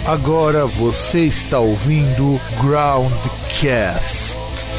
Agora você está ouvindo Groundcast.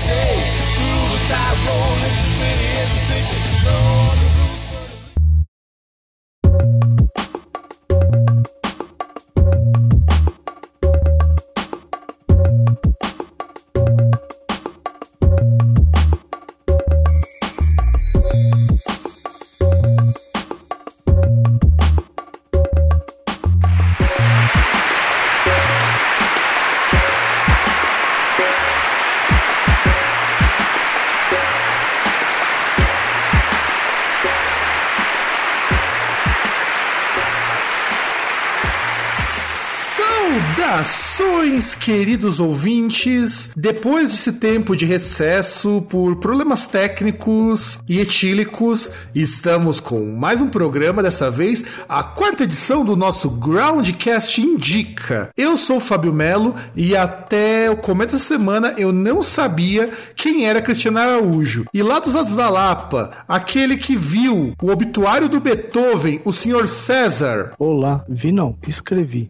Saudações, queridos ouvintes! Depois desse tempo de recesso por problemas técnicos e etílicos, estamos com mais um programa, dessa vez a quarta edição do nosso Groundcast Indica. Eu sou o Fábio Melo e até o começo da semana eu não sabia quem era Cristiano Araújo. E lá dos lados da Lapa, aquele que viu o obituário do Beethoven, o senhor César. Olá, vi não, escrevi.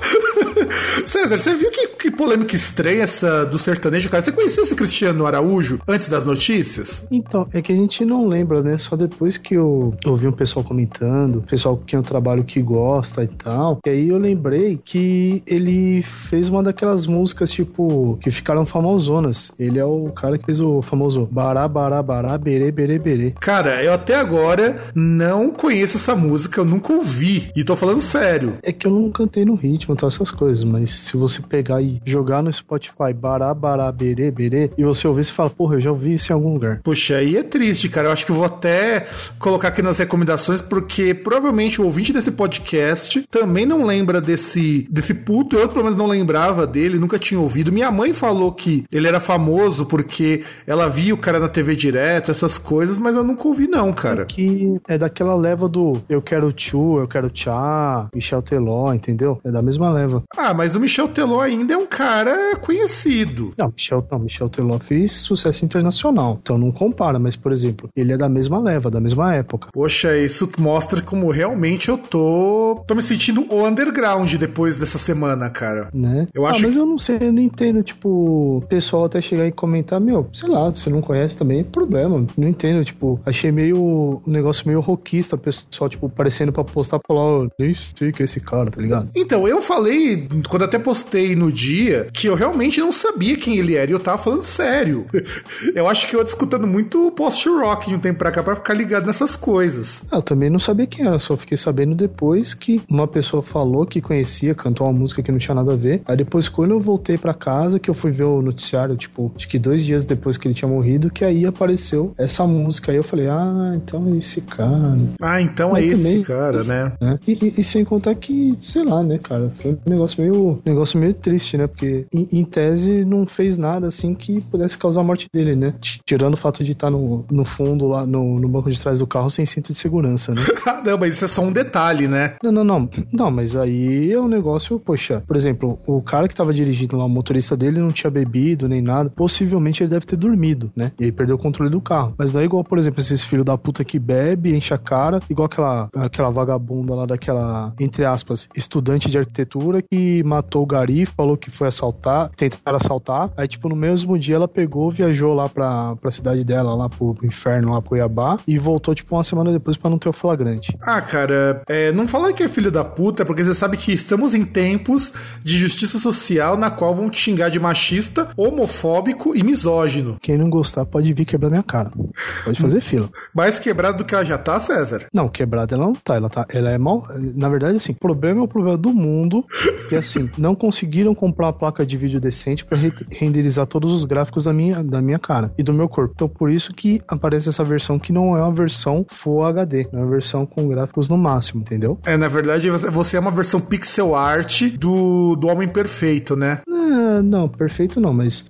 César, você viu que polêmica estranha essa do sertanejo, cara? Você conhecia esse Cristiano Araújo antes das notícias? Então, é que a gente não lembra, né? Só depois que eu ouvi um pessoal comentando, pessoal que é um trabalho que gosta e tal. E aí eu lembrei que ele fez uma daquelas músicas, tipo, que ficaram famosonas. Ele é o cara que fez o famoso Bará, Bará, Bará, Berê, Berê, Berê. Cara, eu até agora não conheço essa música, eu nunca ouvi. E tô falando sério. É que eu não cantei no ritmo, então essas coisas, mas se você pegar e jogar no Spotify Bará, Bará, Berê, Berê, e você ouvir, você fala, porra, eu já ouvi isso em algum lugar. Poxa, aí é triste, cara. Eu acho que eu vou até colocar aqui nas recomendações, porque provavelmente o ouvinte desse podcast também não lembra desse puto. Eu, pelo menos, não lembrava dele, nunca tinha ouvido. Minha mãe falou que ele era famoso porque ela via o cara na TV direto, essas coisas, mas eu nunca ouvi não, cara. Que é daquela leva do Eu Quero Tchu, Eu Quero Tchá, Michel Teló, entendeu? É da mesma leva. Ah, mas o Michel Teló ainda é um cara conhecido. Não, Michel Teló fez sucesso internacional, então não compara, mas, por exemplo, ele é da mesma leva, da mesma época. Poxa, isso mostra como realmente eu tô me sentindo o underground depois dessa semana, cara. Né? Mas eu não sei, eu não entendo, tipo, o pessoal até chegar e comentar, sei lá, se não conhece também, é problema, não entendo, tipo, achei um negócio meio rockista, o pessoal, tipo, parecendo pra postar, falar, nem sei que é esse cara, tá ligado? Então, eu falei, quando até postei no dia, que eu realmente não sabia quem ele era, e eu tava falando sério. Eu acho que eu tô escutando muito post-rock de um tempo pra cá pra ficar ligado nessas coisas. Eu também não sabia quem era, só fiquei sabendo depois que uma pessoa falou que conhecia, cantou uma música que não tinha nada a ver. Aí depois, quando eu voltei pra casa, que eu fui ver o noticiário, tipo, acho que 2 dias depois que ele tinha morrido, que aí apareceu essa música. Aí eu falei, então é esse cara. Ah, então é esse cara, né? E sem contar que, sei lá, né, cara, foi um negócio meio triste, né? Porque, em tese, não fez nada, assim, que pudesse causar a morte dele, né? Tirando o fato de estar no fundo, lá no banco de trás do carro, sem cinto de segurança, né? Não, mas isso é só um detalhe, né? Não, mas aí é um negócio, poxa, por exemplo, o cara que tava dirigindo lá, o motorista dele não tinha bebido nem nada, possivelmente ele deve ter dormido, né? E aí perdeu o controle do carro. Mas não é igual, por exemplo, esses filhos da puta que bebe, enche a cara, igual aquela vagabunda lá daquela, entre aspas, estudante de arquitetura que matou o gari, falou que foi tentaram assaltar, aí tipo no mesmo dia ela pegou, viajou lá pra cidade dela, lá pro inferno, lá pro Cuiabá, e voltou tipo uma semana depois pra não ter o flagrante. Ah, cara, não falar que é filho da puta, porque você sabe que estamos em tempos de justiça social na qual vão te xingar de machista, homofóbico e misógino. Quem não gostar pode vir quebrar minha cara. Pode fazer fila. Mais quebrado do que ela já tá, César? Não, quebrada ela não tá. Ela é mal. Na verdade, assim, o problema é o problema do mundo, que assim, não conseguiram comprar uma placa de vídeo decente pra renderizar todos os gráficos da minha cara e do meu corpo. Então, por isso que aparece essa versão que não é uma versão Full HD, é uma versão com gráficos no máximo, entendeu? Na verdade, você é uma versão pixel art do Homem Perfeito, né? Não, perfeito não, mas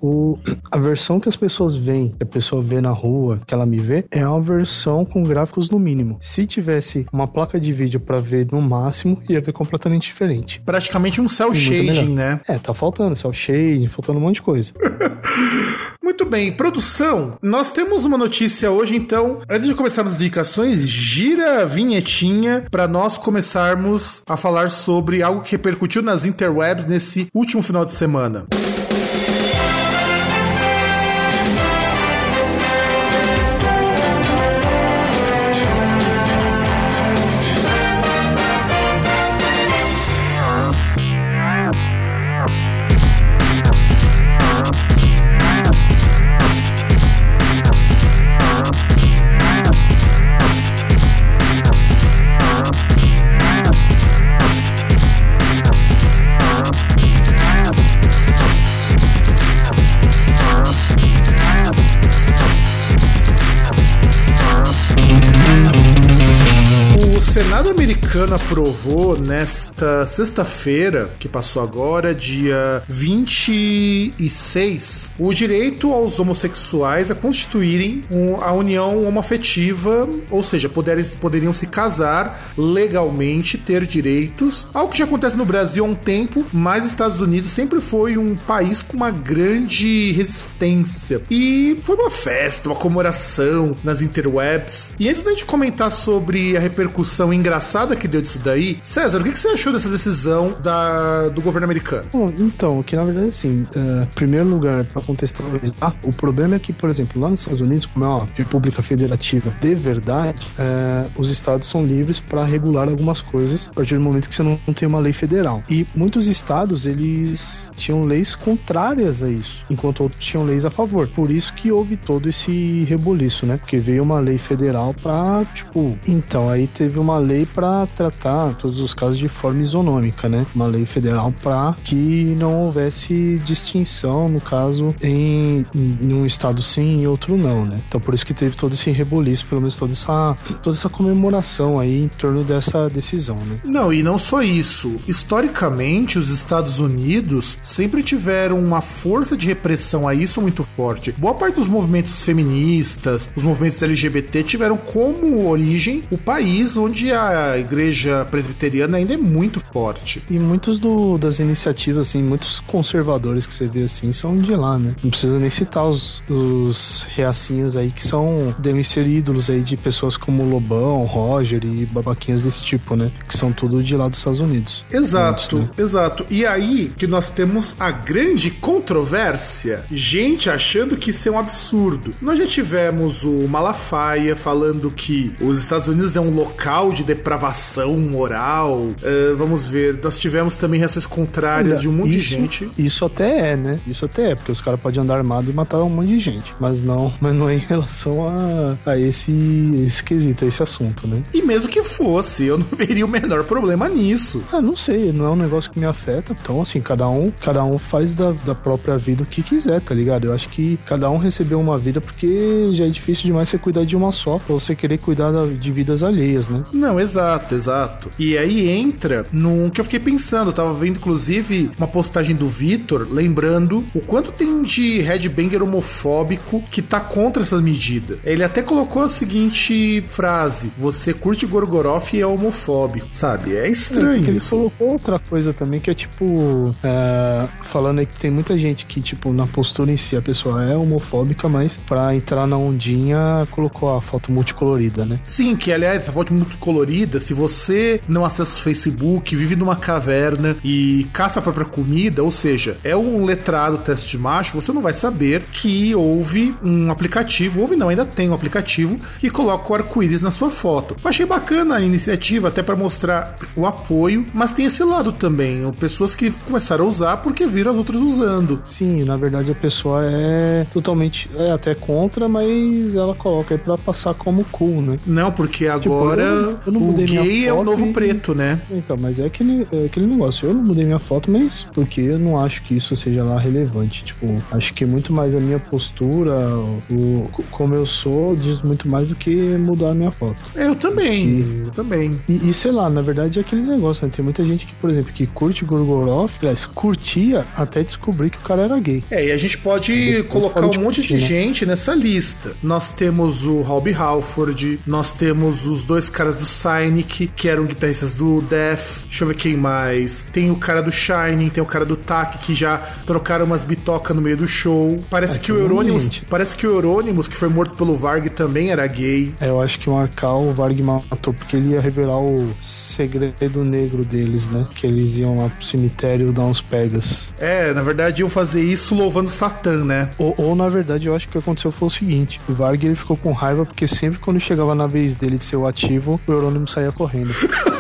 a versão que as pessoas veem, que a pessoa vê na rua, que ela me vê, é uma versão com gráficos no mínimo. Se tivesse uma placa de vídeo pra ver no máximo, ia ver completamente diferente. Praticamente um cel cel shading, né? Tá faltando cel shading, faltando um monte de coisa. Muito bem, produção, nós temos uma notícia hoje, então, antes de começarmos as indicações, gira a vinhetinha para nós começarmos a falar sobre algo que repercutiu nas interwebs nesse último final de semana. O Senado americano aprovou nesta sexta-feira, que passou agora, dia 26, o direito aos homossexuais a constituírem a união homoafetiva, ou seja, poderiam se casar legalmente, ter direitos, algo que já acontece no Brasil há um tempo, mas Estados Unidos sempre foi um país com uma grande resistência. E foi uma festa, uma comemoração nas interwebs. E antes da gente comentar sobre a repercussão engraçada que deu disso daí, César, o que você achou dessa decisão do governo americano? Bom, então, que na verdade, assim, em primeiro lugar, para contextualizar, o problema é que, por exemplo, lá nos Estados Unidos, como é uma república federativa de verdade, os estados são livres para regular algumas coisas a partir do momento que você não tem uma lei federal. E muitos estados, eles tinham leis contrárias a isso, enquanto outros tinham leis a favor. Por isso que houve todo esse rebuliço, né? Porque veio uma lei federal pra, então, aí teve uma lei pra tratar todos os casos de forma isonômica, né? Uma lei federal pra que não houvesse distinção, no caso, em um estado sim e outro não, né? Então, por isso que teve todo esse rebuliço, pelo menos toda essa comemoração aí em torno dessa decisão, né? Não, e não só isso. Historicamente, os Estados Unidos sempre tiveram uma força de repressão a isso muito forte. Boa parte dos movimentos feministas, os movimentos LGBT tiveram como origem o país onde a igreja presbiteriana ainda é muito forte. E muitos das iniciativas, assim, muitos conservadores que você vê assim, são de lá, né? Não precisa nem citar os reacinhos aí que devem ser ídolos aí de pessoas como Lobão, Roger e babaquinhas desse tipo, né? Que são tudo de lá dos Estados Unidos. Exato, né? Exato. E aí que nós temos a grande controvérsia. Gente achando que isso é um absurdo. Nós já tivemos o Malafaia falando que os Estados Unidos é um local de depravação moral. Vamos ver, nós tivemos também reações contrárias de um monte de gente. Isso até é, né? Isso até é, porque os caras podem andar armados e matar um monte de gente. Mas não é em relação a esse quesito, a esse assunto, né? E mesmo que fosse, eu não veria o menor problema nisso. Não sei, não é um negócio que me afeta. Então, assim, cada um faz da própria vida o que quiser, tá ligado? Eu acho que cada um recebeu uma vida porque já é difícil demais você cuidar de uma só, pra você querer cuidar de vidas alheias, né? Não, exato. E aí entra num que eu fiquei pensando, eu tava vendo inclusive uma postagem do Vitor, lembrando o quanto tem de headbanger homofóbico que tá contra essa medida. Ele até colocou a seguinte frase: você curte Gorgoroth e é homofóbico, sabe? É estranho. Ele colocou outra coisa também que é falando aí que tem muita gente que, na postura em si a pessoa é homofóbica, mas pra entrar na ondinha colocou a foto multicolorida, né? Sim, que aliás, a foto multicolorida, se você não acessa o Facebook, vive numa caverna e caça a própria comida, ou seja, é um letrado teste de macho, você não vai saber que houve um aplicativo, ainda tem um aplicativo que coloca o arco-íris na sua foto. Eu achei bacana a iniciativa, até para mostrar o apoio, mas tem esse lado também, pessoas que começaram a usar porque viram as outras usando. Sim, na verdade a pessoa é totalmente, até contra, mas ela coloca aí pra passar como cool, né? Não, porque agora eu não o gay é o novo preto, né? Então, mas é aquele negócio, eu não mudei minha foto, mas porque eu não acho que isso seja lá relevante, acho que muito mais a minha postura, como eu sou, diz muito mais do que mudar a minha foto. Eu também. E sei lá, na verdade é aquele negócio, né? Tem muita gente que, por exemplo, que curte Gorgoroth, curtia até descobrir que o cara era gay. E a gente pode colocar um monte de gente nessa lista. Nós temos o Rob Halford, nós temos os dois caras do Cynic, que eram guitarristas do Death. Deixa eu ver quem mais. Tem o cara do Shining, tem o cara do Tak, que já trocaram umas bitocas no meio do show. Parece que o Euronymous, que foi morto pelo Varg, também era gay. Eu acho que o Marcal o Varg matou porque ele ia revelar o segredo negro deles, né? Que eles iam lá pro cemitério dar uns pegas. Na verdade iam fazer isso louvando Satã, né? Ou na verdade eu acho que o que aconteceu foi o seguinte: o Varg ele ficou com raiva porque sempre quando chegava na vez dele de ser o ativo, o Euronymous saía correndo.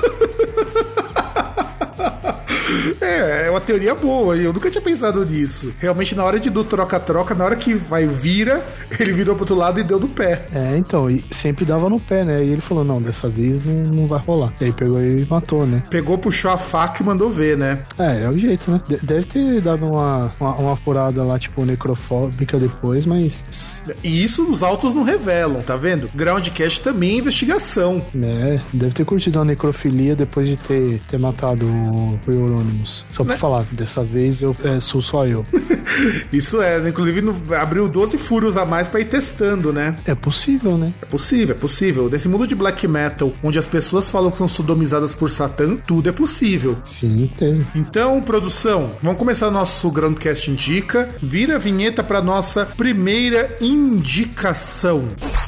É uma teoria boa, e eu nunca tinha pensado nisso. Realmente, na hora do troca-troca, na hora que vira, ele virou pro outro lado e deu no pé. Então, e sempre dava no pé, né? E ele falou, não, dessa vez não vai rolar. E aí pegou e matou, né? Pegou, puxou a faca e mandou ver, né? É o jeito, né? Deve ter dado uma furada lá, tipo, necrofóbica depois, mas... E isso os autos não revelam, tá vendo? Groundcast também é investigação. Deve ter curtido a necrofilia depois de ter matado o Euronymous. Só pra falar, dessa vez sou só eu. Isso inclusive abriu 12 furos a mais pra ir testando, né? É possível, né? É possível. Nesse mundo de black metal, onde as pessoas falam que são sodomizadas por Satã, tudo é possível. Sim, tem. Então, produção, vamos começar o nosso Groundcast Indica. Vira a vinheta pra nossa primeira indicação.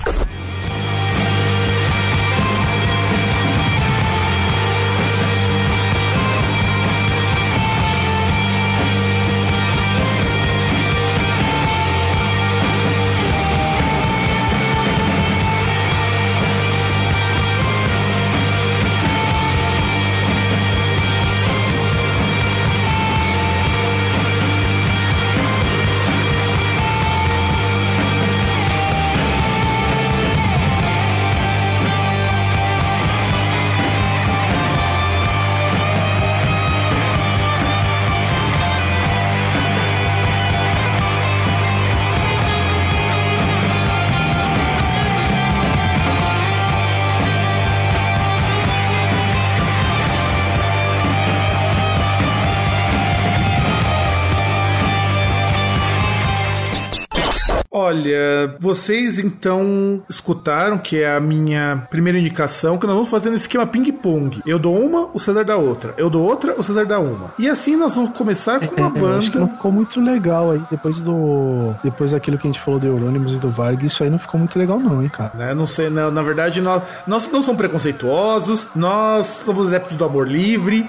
Olha, vocês então escutaram que é a minha primeira indicação, que nós vamos fazer no esquema ping-pong. Eu dou uma, o César dá outra. Eu dou outra, o César dá uma. E assim nós vamos começar com uma banda... Eu acho que não ficou muito legal aí, depois daquilo que a gente falou do Euronymous e do Varg, isso aí não ficou muito legal não, hein, cara. Não sei, na verdade nós não somos preconceituosos, nós somos adeptos do amor livre,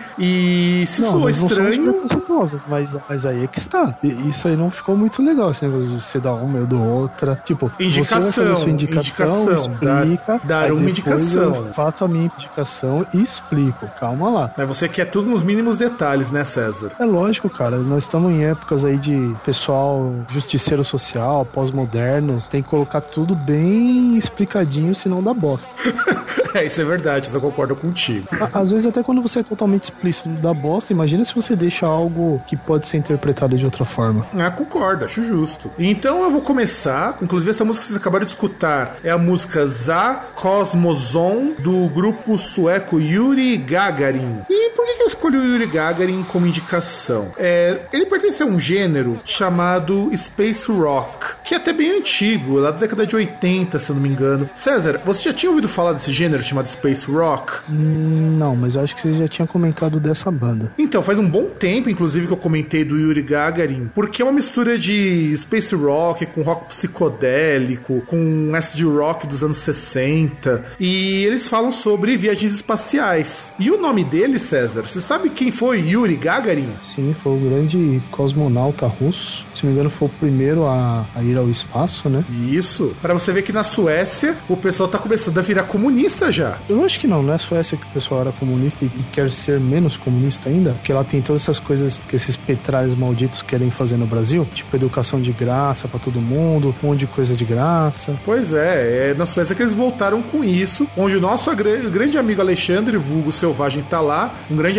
e se soou estranho... Não somos preconceituosos, mas aí é que está. Isso aí não ficou muito legal, esse negócio de você dar uma, eu dou outra. Tipo, indicação, você vai fazer a sua indicação, explica, dar uma indicação. Eu faço a minha indicação e explico. Calma lá. Mas você quer tudo nos mínimos detalhes, né, César? É lógico, cara. Nós estamos em épocas aí de pessoal justiceiro social, pós-moderno. Tem que colocar tudo bem explicadinho, senão dá bosta. Isso é verdade, eu concordo contigo. Às vezes, até quando você é totalmente explícito da bosta, imagina se você deixa algo que pode ser interpretado de outra forma. Concordo, acho justo. Então eu vou começar, inclusive essa música que vocês acabaram de escutar é a música Za Cosmozon, do grupo sueco Yuri Gagarin. E por que eu escolhi o Yuri Gagarin como indicação? Ele pertence a um gênero chamado Space Rock, que é até bem antigo, lá da década de 80, se eu não me engano. César, você já tinha ouvido falar desse gênero chamado Space Rock? Não, mas eu acho que você já tinha comentado dessa banda. Então, faz um bom tempo, inclusive, que eu comentei do Yuri Gagarin, porque é uma mistura de Space Rock com rock psicodélico, com acid rock dos anos 60, e eles falam sobre viagens espaciais. E o nome dele, César, você sabe quem foi Yuri Gagarin? Sim, foi o grande cosmonauta russo. Se não me engano, foi o primeiro a ir ao espaço, né? Isso. Para você ver que na Suécia o pessoal tá começando a virar comunista já. Eu acho que não é Suécia que o pessoal era comunista e quer ser menos comunista ainda, porque lá tem todas essas coisas que esses petralhas malditos querem fazer no Brasil, tipo educação de graça pra todo mundo, um monte de coisa de graça. Pois é na Suécia que eles voltaram com isso, onde o nosso grande amigo Alexandre, vulgo Selvagem, tá lá. Um grande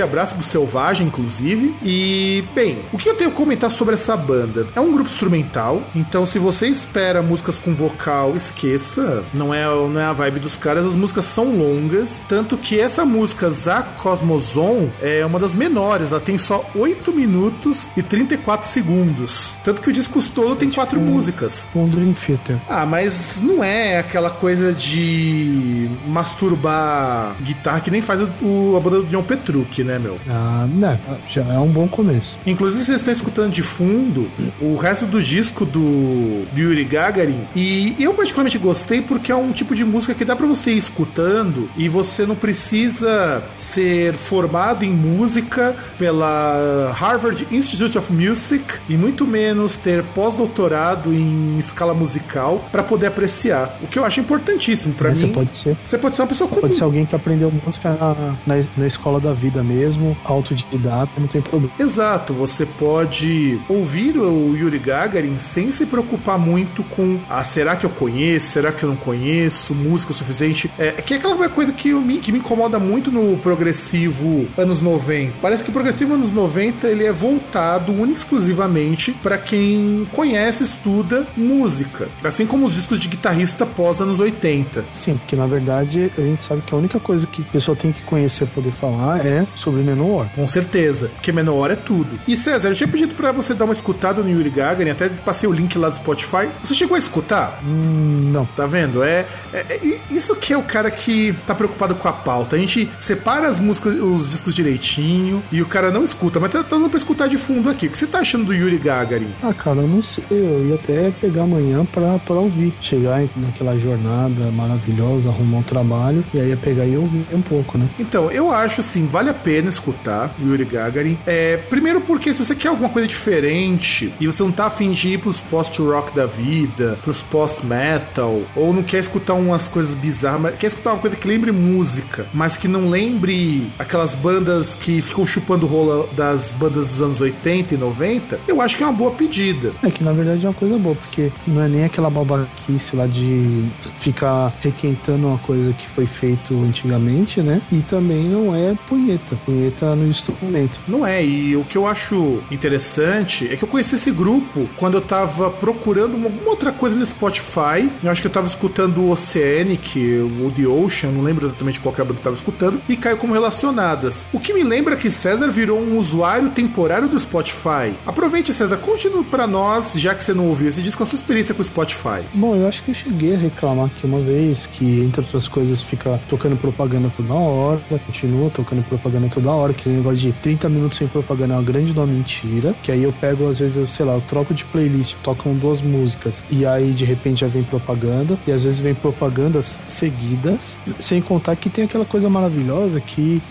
Abraço pro Selvagem, inclusive. E, bem, o que eu tenho a comentar sobre essa banda? É um grupo instrumental, então se você espera músicas com vocal, esqueça. Não é a vibe dos caras, as músicas são longas, tanto que essa música, Za Cosmozon, é uma das menores, ela tem só 8 minutos e 34 segundos. Tanto que o disco todo tem 4 músicas. Um Dream Theater. Ah, mas não é aquela coisa de masturbar guitarra que nem faz a banda do John Petrucci, né, meu? Ah, né, já é um bom começo. Inclusive, vocês estão escutando de fundo o resto do disco do Yuri Gagarin, e eu particularmente gostei porque é um tipo de música que dá pra você ir escutando e você não precisa ser formado em música pela Harvard Institute of Music e muito menos ter pós-doutorado em escala musical pra poder apreciar, o que eu acho importantíssimo pra mim. Você pode ser uma pessoa comum. Pode ser alguém que aprendeu música na escola da vida mesmo, autodidata, não tem problema. Exato, você pode ouvir o Yuri Gagarin sem se preocupar muito com será que eu conheço, será que eu não conheço, música suficiente. Que é aquela coisa que me incomoda muito no progressivo anos 90. Parece que o progressivo anos 90 ele é voltado única e exclusivamente para quem conhece, estuda música, assim como os discos de guitarrista pós anos 80. Sim, porque na verdade a gente sabe que a única coisa que a pessoa tem que conhecer para poder falar é sobre Manowar. Com certeza, porque Manowar é tudo. E César, eu tinha pedido para você dar uma escutada no Yuri Gagarin, até passei o link lá do Spotify. Você chegou a escutar? Não. Tá vendo? Isso que é o cara que tá preocupado com a pauta. A gente separa as músicas, os discos direitinho, e o cara não escuta, mas tá dando pra escutar de fundo aqui. O que você tá achando do Yuri Gagarin? Ah, cara, eu não sei. Eu ia até pegar amanhã pra ouvir. Chegar naquela jornada maravilhosa, arrumar um trabalho, e aí ia pegar e ouvir um pouco, né? Então, eu acho assim, vale a pena escutar o Yuri Gagarin. Primeiro porque se você quer alguma coisa diferente e você não tá afim de ir pros post-rock da vida, pros post-metal, ou não quer escutar umas coisas bizarras, mas quer escutar uma coisa que lembre música, mas que não lembre aquelas bandas que ficam chupando rola das bandas dos anos 80 e 90, eu acho que é uma boa pedida. É que na verdade é uma coisa boa, porque não é nem aquela babaquice lá de ficar requentando uma coisa que foi feito antigamente, né? E também não é punheta no instrumento. Não é, e o que eu acho interessante é que eu conheci esse grupo quando eu tava procurando alguma outra coisa no Spotify. Eu acho que eu tava escutando o Oceanic, o The Ocean, não lembro exatamente qual que era a banda que eu tava escutando, e caiu como relacionadas. O que me lembra que César virou um usuário temporário do Spotify. Aproveite, César, continue pra nós, já que você não ouviu esse disco, a sua experiência com o Spotify. Bom, eu acho que eu cheguei a reclamar aqui uma vez que, entre outras coisas, fica tocando propaganda toda hora, continua tocando propaganda toda hora, que o negócio de 30 minutos sem propaganda é uma grande uma mentira, que aí eu pego, às vezes, eu troco de playlist, tocam 2 músicas, e aí de repente já vem propaganda, e às vezes vem propagandas seguidas, sem contar que tem aquela coisa maravilhosa que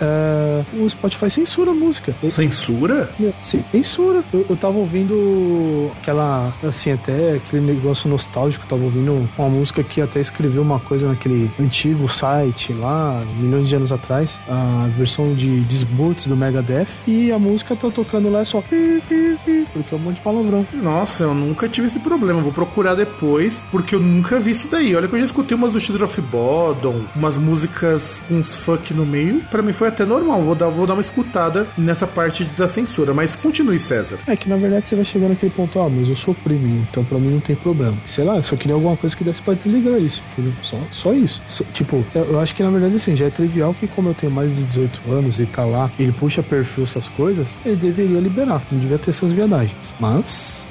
o Spotify censura a música. Censura? Censura. Eu tava ouvindo aquela, assim, até aquele negócio nostálgico, eu tava ouvindo uma música que até escreveu uma coisa naquele antigo site lá, milhões de anos atrás, a versão de Disboots do Megadeth, e a música tá tocando lá só porque é um monte de palavrão. Nossa, eu nunca tive esse problema, vou procurar depois, porque eu nunca vi isso daí. Olha que eu já escutei umas do Children of Bodom, umas músicas com uns funk no meio, pra mim foi até normal, vou dar uma escutada nessa parte da censura, mas continue, César. É que na verdade você vai chegar naquele ponto, mas eu sou premium, então pra mim não tem problema. Sei lá, eu só queria alguma coisa que desse pra desligar isso, entendeu? Só isso. Tipo, eu acho que na verdade assim, já é trivial que como eu tenho mais de 18 anos e tá lá, ele puxa perfil, essas coisas, ele deveria liberar, não devia ter essas viadagens. Mas...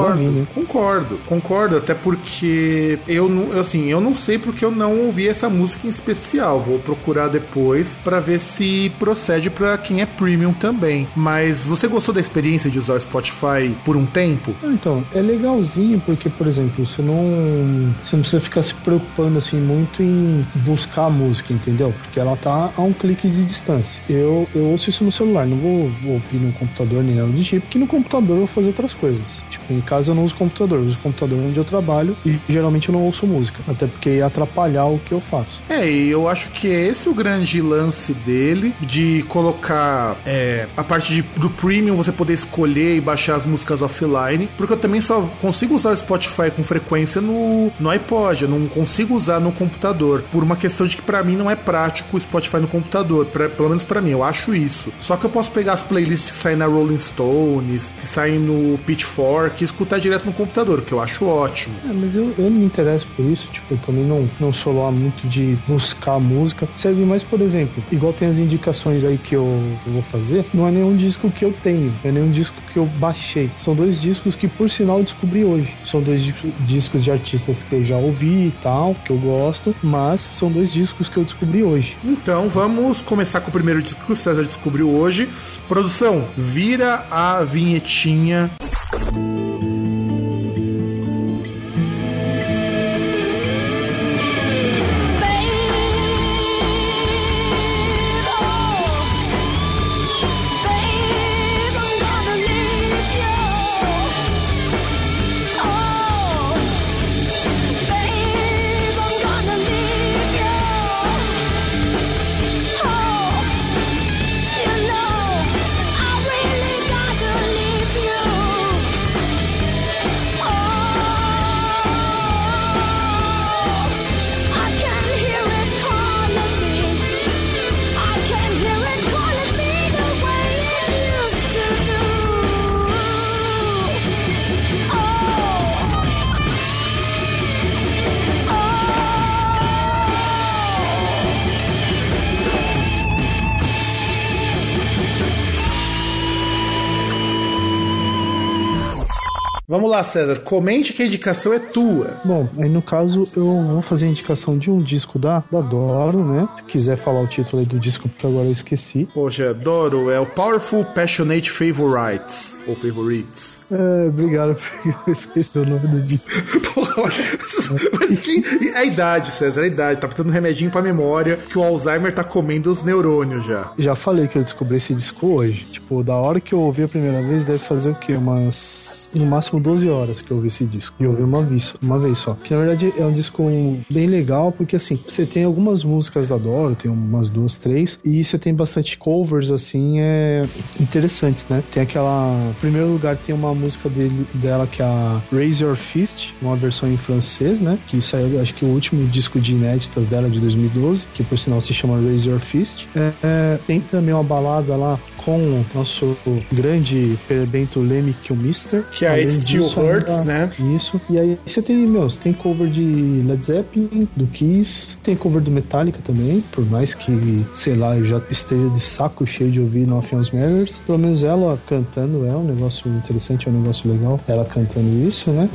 Concordo, até porque eu não sei porque eu não ouvi essa música em especial, vou procurar depois pra ver se procede pra quem é premium também. Mas você gostou da experiência de usar o Spotify por um tempo? Então, é legalzinho porque, por exemplo, você não precisa ficar se preocupando assim muito em buscar a música, entendeu? Porque ela tá a um clique de distância. Eu ouço isso no celular, não vou ouvir no computador nem nada do tipo, porque no computador eu vou fazer outras coisas. Tipo, em casa eu não uso computador, eu uso computador onde eu trabalho e geralmente eu não ouço música, até porque ia atrapalhar o que eu faço. E eu acho que é esse o grande lance dele, de colocar a parte do premium, você poder escolher e baixar as músicas offline, porque eu também só consigo usar o Spotify com frequência no iPod, eu não consigo usar no computador, por uma questão de que pra mim não é prático o Spotify no computador, pelo menos pra mim, eu acho isso. Só que eu posso pegar as playlists que saem na Rolling Stones, que saem no Pitchfork e escutar direto no computador, que eu acho ótimo. Mas eu não me interesso por isso, tipo, eu também não sou lá muito de buscar música. Serve mais, por exemplo, igual tem as indicações aí que eu vou fazer, não é nenhum disco que eu tenho, é nenhum disco que eu baixei. São 2 discos que, por sinal, eu descobri hoje. São 2 discos de artistas que eu já ouvi e tal, que eu gosto, mas são 2 discos que eu descobri hoje. Então vamos começar com o primeiro disco que o César descobriu hoje. Produção, vira a vinhetinha. Vamos lá, César, comente que a indicação é tua. Bom, aí no caso eu vou fazer a indicação de um disco da Doro, né? Se quiser falar o título aí do disco, porque agora eu esqueci. Poxa, Doro, é o Powerful Passionate Favorites, ou Favorites. Obrigado, porque eu esqueci o nome do disco. Porra, mas é a idade, César, é a idade. Tá botando um remedinho pra memória, que o Alzheimer tá comendo os neurônios já. Já falei que eu descobri esse disco hoje. Tipo, da hora que eu ouvi a primeira vez, deve fazer o quê? No máximo 12 horas que eu ouvi esse disco. E eu ouvi uma vez só. Que na verdade é um disco bem legal, porque assim, você tem algumas músicas da Doro, tem umas 2, 3, e você tem bastante covers, assim, interessantes, né? Tem aquela... Em primeiro lugar, tem uma música dela que é a Raise Your Fist, uma versão em francês, né? Que saiu, acho que o último disco de inéditas dela, de 2012, que por sinal se chama Raise Your Fist. Tem também uma balada lá com o nosso grande Bento Lemmy Kilmister, que é It Still Hurts, né? Isso. E aí você tem cover de Led Zeppelin, do Kiss, tem cover do Metallica também, por mais que, sei lá, eu já esteja de saco cheio de ouvir Nothing Else Matters. Pelo menos ela cantando é um negócio interessante, é um negócio legal, ela cantando isso, né?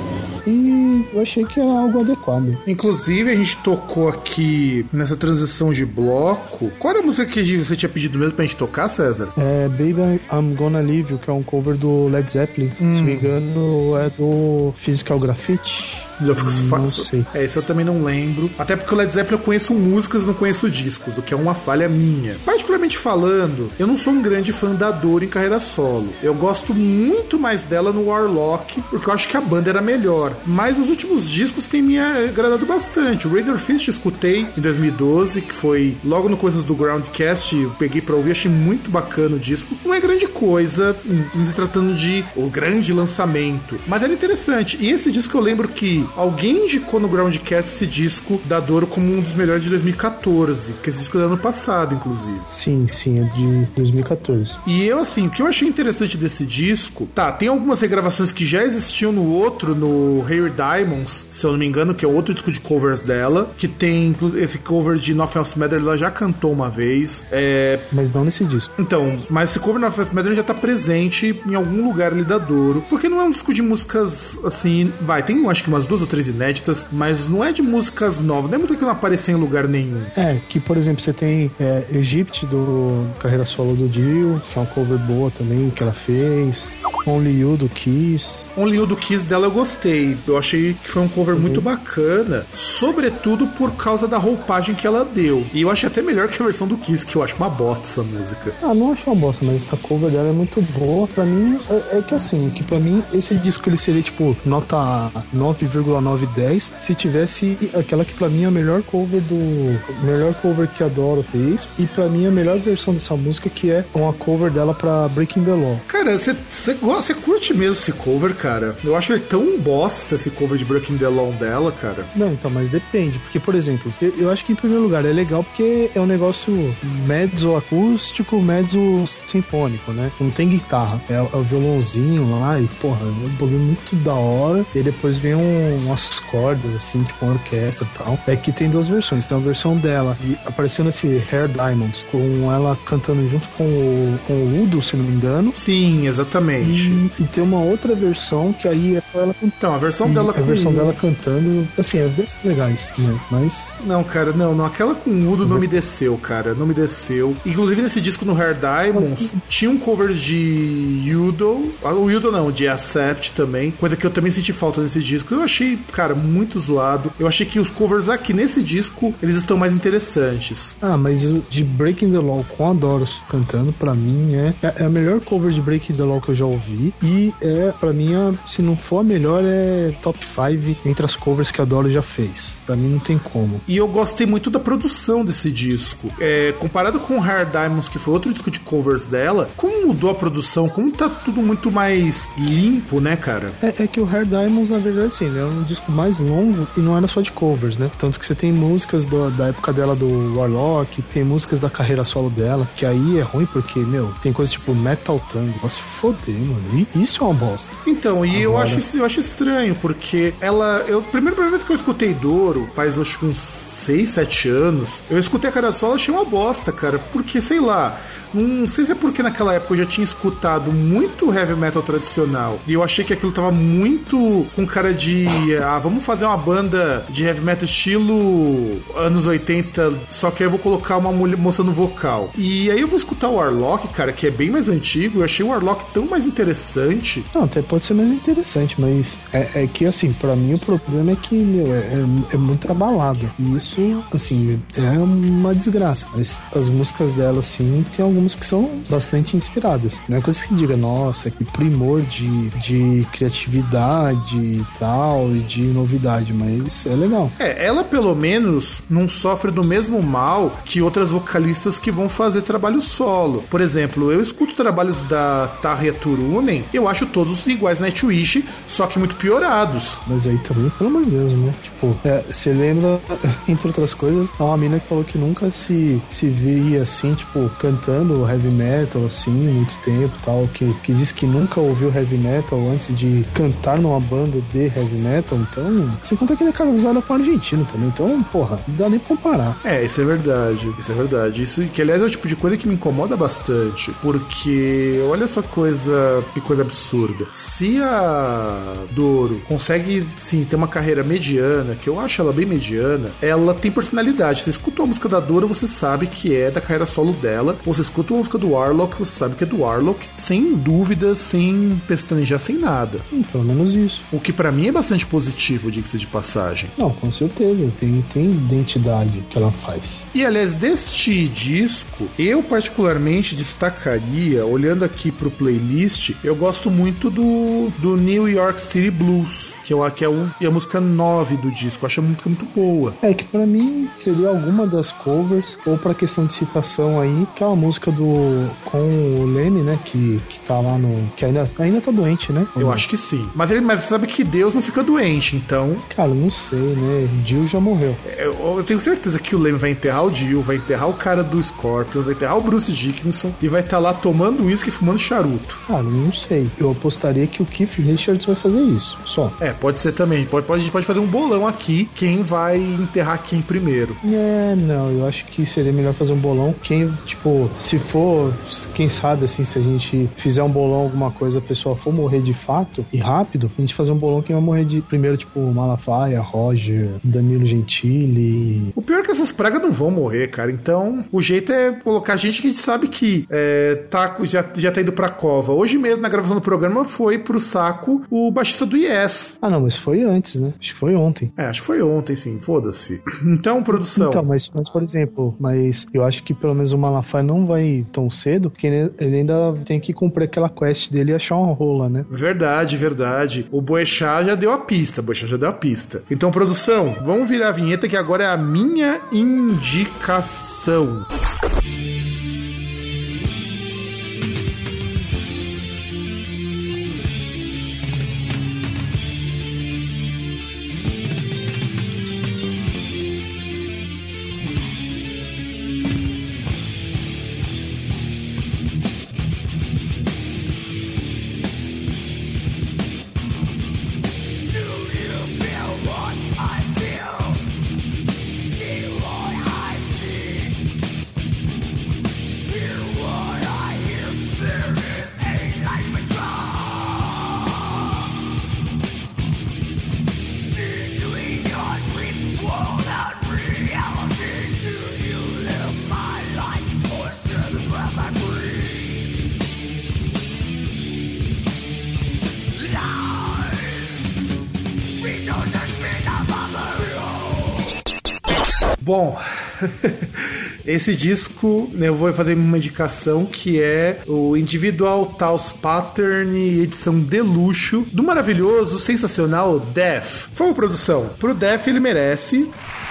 E eu achei que era algo adequado. Inclusive, a gente tocou aqui nessa transição de bloco. Qual era a música que você tinha pedido mesmo pra gente tocar, César? Baby I'm Gonna Leave You, que é um cover do Led Zeppelin. Se não me engano, é do Physical Graffiti. Não sei. Esse eu também não lembro. Até porque o Led Zeppelin eu conheço músicas, não conheço discos, o que é uma falha minha. Particularmente falando, eu não sou um grande fã da Doro em carreira solo. Eu gosto muito mais dela no Warlock, porque eu acho que a banda era melhor. Mas os últimos discos têm me agradado bastante. O Raise Your Fist eu escutei em 2012, que foi logo no coisas do Groundcast, eu peguei pra ouvir, achei muito bacana o disco. Não é grande coisa, se tratando de o grande lançamento, mas era interessante. E esse disco eu lembro que alguém indicou no Groundcast esse disco da Doro como um dos melhores de 2014, que esse disco é do ano passado, inclusive. Sim, é de 2014. E eu, assim, o que eu achei interessante desse disco, tem algumas regravações que já existiam no outro, no Hair Diamonds, se eu não me engano, que é outro disco de covers dela, que tem esse cover de Nothing Else Matters, ela já cantou uma vez. Mas não nesse disco. Então, mas esse cover de Nothing Else Matters já tá presente em algum lugar ali da Doro, porque não é um disco de músicas, assim, tem acho que umas 2 ou 3 inéditas, mas não é de músicas novas, não é muito que não apareceu em lugar nenhum. Que, por exemplo, você tem Egypt, do carreira solo do Dio, que é uma cover boa também, que ela fez. Only You, do Kiss. Only You, do Kiss dela eu gostei. Eu achei que foi um cover muito bacana, sobretudo por causa da roupagem que ela deu. E eu achei até melhor que a versão do Kiss, que eu acho uma bosta essa música. Não acho uma bosta, mas essa cover dela é muito boa. Pra mim, que pra mim, esse disco ele seria tipo nota 9,910 se tivesse aquela que pra mim é a melhor cover que a Doro fez, e pra mim a melhor versão dessa música, que é uma cover dela pra Breaking the Law. Cara, você Você curte mesmo esse cover, cara? Eu acho ele tão bosta, esse cover de Breaking the Law dela, cara. Não, então, mas depende. Porque, por exemplo, eu acho que em primeiro lugar é legal porque é um negócio mezzo acústico, mezzo sinfônico, né? Não tem guitarra. É o violãozinho lá e, porra, é um bagulho muito da hora. E depois vem umas cordas, assim, tipo uma orquestra e tal. É que tem duas versões. Tem a versão dela e aparecendo esse Hair Diamonds, com ela cantando junto com o Udo, se não me engano. Sim, exatamente. E tem uma outra versão que aí é só ela cantando. Então, a versão dela com... A versão dela cantando, assim, as duas são legais, né? Mas... Não, cara, não. Aquela com o Udo não me desceu, cara. Não me desceu. Inclusive, nesse disco no Hair Diamonds, tinha um cover de Udo. O Udo não, de Accept também. Coisa que eu também senti falta nesse disco. Eu achei, cara, muito zoado. Eu achei que os covers aqui nesse disco, eles estão mais interessantes. Ah, mas o de Breaking the Law com a Doris cantando, pra mim, é a melhor cover de Breaking the Law que eu já ouvi. E pra mim, se não for a melhor, é top 5 entre as covers que a Doris já fez. Pra mim não tem como. E eu gostei muito da produção desse disco. Comparado com o Hair Diamonds, que foi outro disco de covers dela, como mudou a produção, como tá tudo muito mais limpo, né, cara? É que o Hair Diamonds, na verdade, assim, ele é um disco mais longo e não era só de covers, né? Tanto que você tem músicas da época dela do Warlock, tem músicas da carreira solo dela, que aí é ruim porque, tem coisa tipo Metal Tango. Vai se foder, mano. E isso é uma bosta. Então, e agora... eu acho estranho, porque primeira vez que eu escutei Doro, faz acho uns 6, 7 anos, eu escutei a carreira solo e achei uma bosta, cara, porque, sei lá, não sei se é porque naquela época eu já tinha escutado muito heavy metal tradicional e eu achei que aquilo tava muito com cara de vamos fazer uma banda de heavy metal estilo anos 80, só que aí eu vou colocar uma moça no vocal. E aí eu vou escutar o Warlock, cara, que é bem mais antigo. Eu achei o Warlock tão mais interessante. Não, até pode ser mais interessante, mas é que, assim, pra mim o problema é que, é muito abalada. E isso, assim, é uma desgraça. Mas as músicas dela, assim, tem algumas que são bastante inspiradas. Não é coisa que diga, nossa, que primor de criatividade e tal, e de novidade, mas é legal. Ela pelo menos não sofre do mesmo mal que outras vocalistas que vão fazer trabalho solo. Por exemplo, eu escuto trabalhos da Tarja Turunen, eu acho todos iguais Nightwish, só que muito piorados. Mas aí também, pelo amor de Deus, né? Tipo, você lembra, entre outras coisas, uma mina que falou que nunca se via assim, tipo, cantando heavy metal, assim, muito tempo e tal, que disse que nunca ouviu heavy metal antes de cantar numa banda de heavy metal. Então, sem contar que ele é casado com um argentino também, então, porra, não dá nem pra comparar. Isso é verdade, isso é verdade. Isso que, aliás, é o tipo de coisa que me incomoda bastante, porque olha essa coisa, que coisa absurda. Se a Doro consegue, sim, ter uma carreira mediana, que eu acho ela bem mediana, ela tem personalidade. Você escuta uma música da Doro, você sabe que é da carreira solo dela. Você escuta uma música do Warlock, você sabe que é do Warlock, sem dúvidas, sem pestanejar, sem nada. Pelo menos isso. O que pra mim é bastante positivo, diga-se de passagem. Não, com certeza. Tem identidade que ela faz. E, aliás, deste disco, eu particularmente destacaria, olhando aqui pro playlist, eu gosto muito do New York City Blues, que é a música 9 do disco. Eu acho a música muito boa. Que pra mim seria alguma das covers, ou pra questão de citação aí, que é uma música com o Lemmy, né, que tá lá no... que ainda tá doente, né? Eu acho que sim. Mas você sabe que Deus não fica doente, então... Cara, não sei, né? Jill já morreu. Eu tenho certeza que o Lemmy vai enterrar o Jill, vai enterrar o cara do Scorpion, vai enterrar o Bruce Dickinson e vai estar lá tomando uísque e fumando charuto. Cara, não sei. Eu apostaria que o Keith Richards vai fazer isso, só. Pode ser também. A gente pode fazer um bolão aqui, quem vai enterrar quem primeiro. Não, eu acho que seria melhor fazer um bolão. Quem, tipo, se for, quem sabe, assim, se a gente fizer um bolão, alguma coisa, a pessoa for morrer de fato e rápido, a gente fazer um bolão quem vai morrer de primeiro, tipo, Malafaia, Roger, Danilo Gentili. O pior é que essas pragas não vão morrer, cara. Então, o jeito é colocar gente que a gente sabe que já tá indo pra cova. Hoje mesmo, na gravação do programa, foi pro saco o baixista do Yes. Ah, não, mas foi antes, né? Acho que foi ontem. Acho que foi ontem, sim. Foda-se. Então, produção. Então, mas por exemplo, eu acho que pelo menos o Malafaia não vai tão cedo, porque ele ainda tem que cumprir aquela quest dele e achar uma rola, né? Verdade. O Boechat já deu a pista. Então, produção, vamos virar a vinheta que agora é a minha indicação. Bom, esse disco eu vou fazer uma indicação que é o Individual Taos Pattern edição de luxo do maravilhoso, sensacional Def. Foi uma produção. Pro Def ele merece.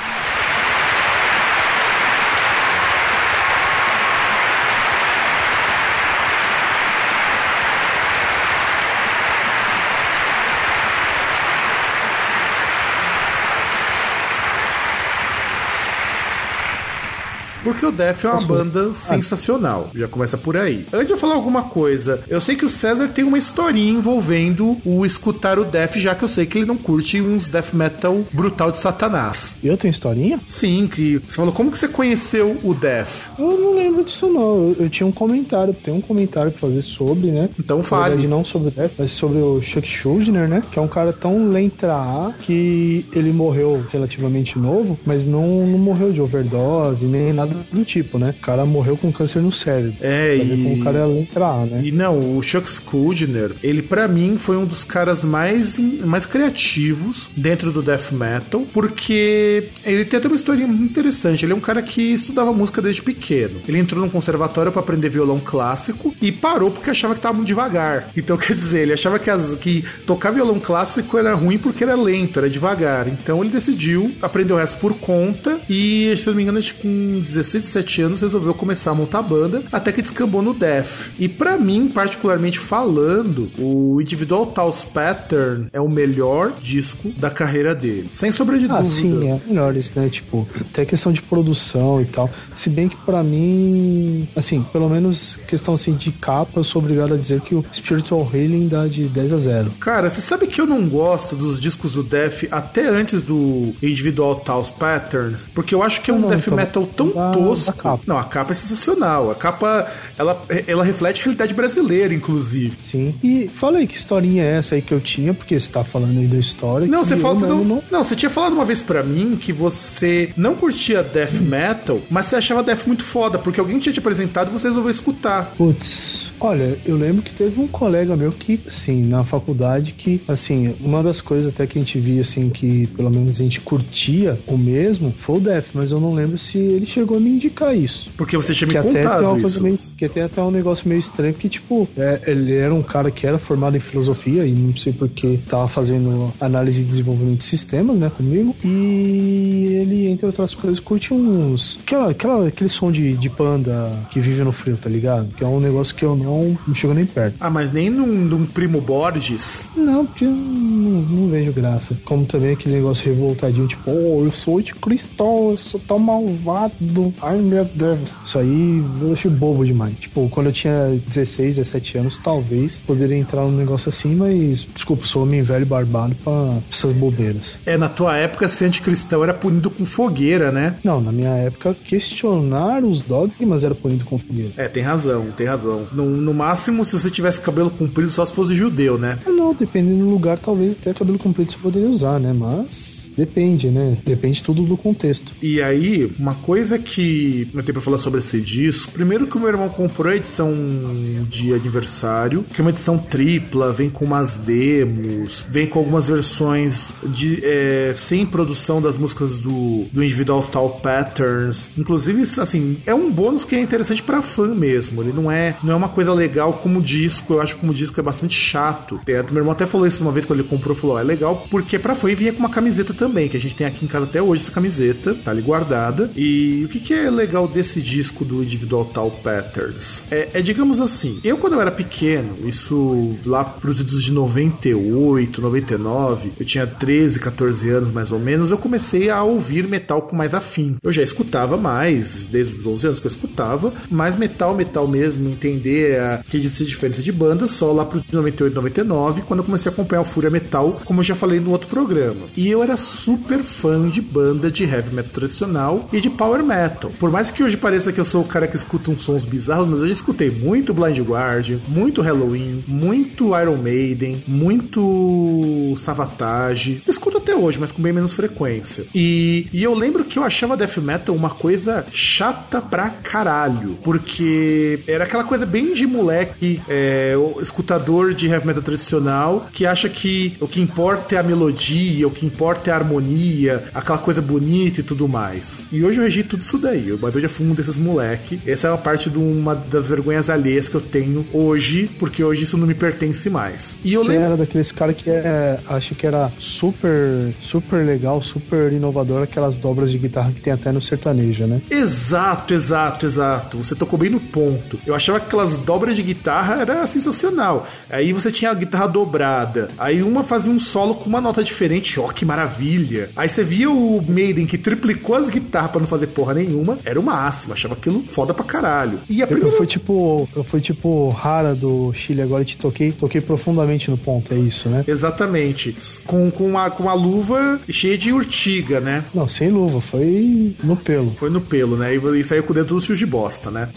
Porque o Def é uma banda sensacional. Já começa por aí. Antes de eu falar alguma coisa, eu sei que o César tem uma historinha envolvendo o escutar o Def, já que eu sei que ele não curte uns death metal brutal de Satanás. Eu tenho historinha? Sim, que você falou, como que você conheceu o Def? Eu não lembro disso não. Eu tinha um comentário, tem um comentário pra fazer sobre, né? Então fale. Na verdade, não sobre o Def, mas sobre o Chuck Schuldiner, né? Que é um cara tão letra A que ele morreu relativamente novo, mas não morreu de overdose, nem nada do tipo, né? O cara morreu com câncer no cérebro. Como o cara é letra A, né? E não, o Chuck Schuldiner, ele pra mim foi um dos caras mais criativos dentro do death metal, porque ele tem até uma história muito interessante. Ele é um cara que estudava música desde pequeno. Ele entrou num conservatório pra aprender violão clássico e parou porque achava que tava muito devagar. Então, quer dizer, ele achava que tocar violão clássico era ruim porque era lento, era devagar. Então, ele decidiu aprender o resto por conta e, se não me engano, com 16, 17 anos, resolveu começar a montar banda, até que descambou no Def. E pra mim, particularmente falando, o Individual Taos Pattern é o melhor disco da carreira dele. Sem sombra de dúvida. Sim, é melhor isso, né? Tipo, até questão de produção e tal. Se bem que pra mim, assim, pelo menos questão assim de capa, eu sou obrigado a dizer que o Spiritual Healing dá de 10 a 0. Cara, você sabe que eu não gosto dos discos do Def até antes do Individual Taos Patterns, porque eu acho que é um death metal tão tosco. Não, a capa é sensacional. A capa, ela reflete a realidade brasileira, inclusive. Sim. E fala aí que historinha é essa aí que eu tinha, porque você tá falando aí da história. Não, você fala... Não, você tinha falado uma vez pra mim que você não curtia death metal, mas você achava death muito foda, porque alguém tinha te apresentado e você resolveu escutar. Putz, olha, eu lembro que teve um colega meu que, sim, na faculdade, que, assim, uma das coisas até que a gente via, assim, que pelo menos a gente curtia o mesmo, foi o death, mas eu não lembro se ele chegou a me indicar isso. Porque você tinha me que contado até tem uma isso. Coisa que tem até um negócio meio estranho, que, tipo, ele era um cara que era formado em filosofia, e não sei porque tava fazendo análise e desenvolvimento de sistemas, né, comigo, e ele, entre outras coisas, curte uns... aquele som de banda que vive no frio, tá ligado? Que é um negócio que eu não chego nem perto. Ah, mas nem num Primo Borges? Não, porque eu não vejo graça. Como também aquele negócio revoltadinho, tipo, eu sou anticristão, eu sou tão malvado, ai meu Deus. Isso aí eu acho bobo demais. Tipo, quando eu tinha 16, 17 anos, talvez poderia entrar num negócio assim, mas, desculpa, sou homem velho barbado pra essas bobeiras. Na tua época, ser anticristão era punido com fogueira, né? Não, na minha época, questionar os dogmas era punido com fogueira. Tem razão. No máximo, se você tivesse cabelo comprido, só se fosse judeu, né? Não, dependendo do lugar, talvez até cabelo comprido você poderia usar, né? Mas... depende, né? Depende tudo do contexto. E aí, uma coisa que eu tenho pra falar sobre esse disco, primeiro que o meu irmão comprou a edição de aniversário, que é uma edição tripla, vem com umas demos, vem com algumas versões sem produção das músicas do Individual Taos Patterns. Inclusive, assim, é um bônus que é interessante pra fã mesmo. Ele não é uma coisa legal como disco. Eu acho que como disco é bastante chato. Meu irmão até falou isso uma vez quando ele comprou, falou, é legal porque pra fã vinha com uma camiseta também, que a gente tem aqui em casa até hoje essa camiseta, tá ali guardada. E o que é legal desse disco do Individual Taos Patterns? Digamos assim, quando eu era pequeno, isso lá pros idos de 98, 99, eu tinha 13, 14 anos mais ou menos, eu comecei a ouvir metal com mais afim. Eu já escutava mais, desde os 11 anos que eu escutava, mas metal mesmo, entender que existe diferença de bandas só lá pros 98, 99, quando eu comecei a acompanhar o Fúria Metal, como eu já falei no outro programa. E eu era super fã de banda de heavy metal tradicional e de power metal. Por mais que hoje pareça que eu sou o cara que escuta uns sons bizarros, mas eu já escutei muito Blind Guardian, muito Halloween, muito Iron Maiden, muito Savatage. Escuto até hoje, mas com bem menos frequência. E eu lembro que eu achava death metal uma coisa chata pra caralho, porque era aquela coisa bem de moleque, o escutador de heavy metal tradicional, que acha que o que importa é a melodia, o que importa é a harmonia, aquela coisa bonita e tudo mais. E hoje eu rejeito tudo isso daí. Eu hoje fumo desses moleque. Essa é uma parte de uma das vergonhas alheias que eu tenho hoje, porque hoje isso não me pertence mais. E eu Você era daqueles caras que acho que era super, super legal, super inovador, aquelas dobras de guitarra que tem até no sertanejo, né? Exato. Você tocou bem no ponto. Eu achava que aquelas dobras de guitarra era sensacional. Aí você tinha a guitarra dobrada. Aí uma fazia um solo com uma nota diferente. Ó, que maravilha. Aí você via o Maiden que triplicou as guitarras pra não fazer porra nenhuma. Era o máximo. Achava aquilo foda pra caralho. E a primeira... eu fui tipo Hara do Chile agora e te toquei profundamente no ponto. É isso, né? Exatamente. Com a luva cheia de urtiga, né? Não, sem luva. Foi no pelo. Foi no pelo, né? E saiu com o dedo dos fios de bosta, né?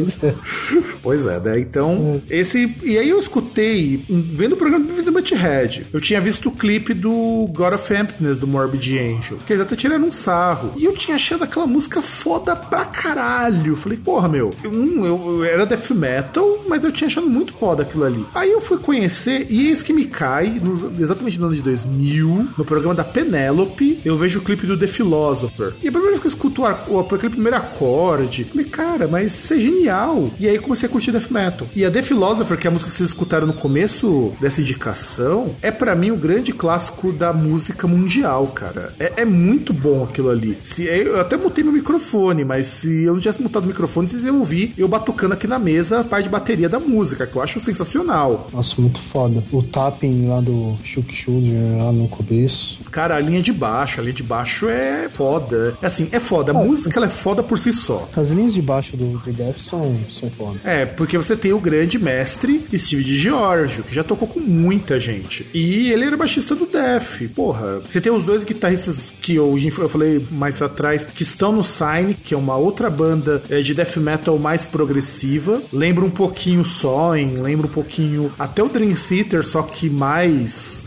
Pois é, né? Então, E aí eu escutei, vendo o programa do Beavis and Butthead, eu tinha visto o clipe do God of Emptiness, do Morbid Angel, que eles até tiraram um sarro. E eu tinha achado aquela música foda pra caralho. Eu falei, porra, meu, eu era death metal, mas eu tinha achado muito foda aquilo ali. Aí eu fui conhecer, e eis que me cai, exatamente no ano de 2000, no programa da Penélope, eu vejo o clipe do The Philosopher. E a primeira vez que eu escuto aquele primeiro acorde, eu falei, cara, mas isso é genial. E aí comecei a curtir death metal. E a The Philosopher, que é a música que vocês escutaram no começo dessa indicação, é pra mim o grande clássico da música mundial, cara. É muito bom aquilo ali. Eu até mutei meu microfone, mas se eu não tivesse mutado o microfone, vocês iam ouvir eu batucando aqui na mesa a parte de bateria da música, que eu acho sensacional. Nossa, muito foda. O tapping lá do Chuck Schuldiner lá no começo. Cara, a linha de baixo é foda. Assim, é foda. A música ela é foda por si só. As linhas de baixo do Death são foda. Porque você tem o grande mestre Steve DiGiorgio, que já tocou com muita gente. E ele era baixista do Death. Porra, você tem os dois guitarristas que eu falei mais atrás, que estão no Sign, que é uma outra banda de death metal mais progressiva. Lembra um pouquinho Soen, lembra um pouquinho até o Dream Theater, só que mais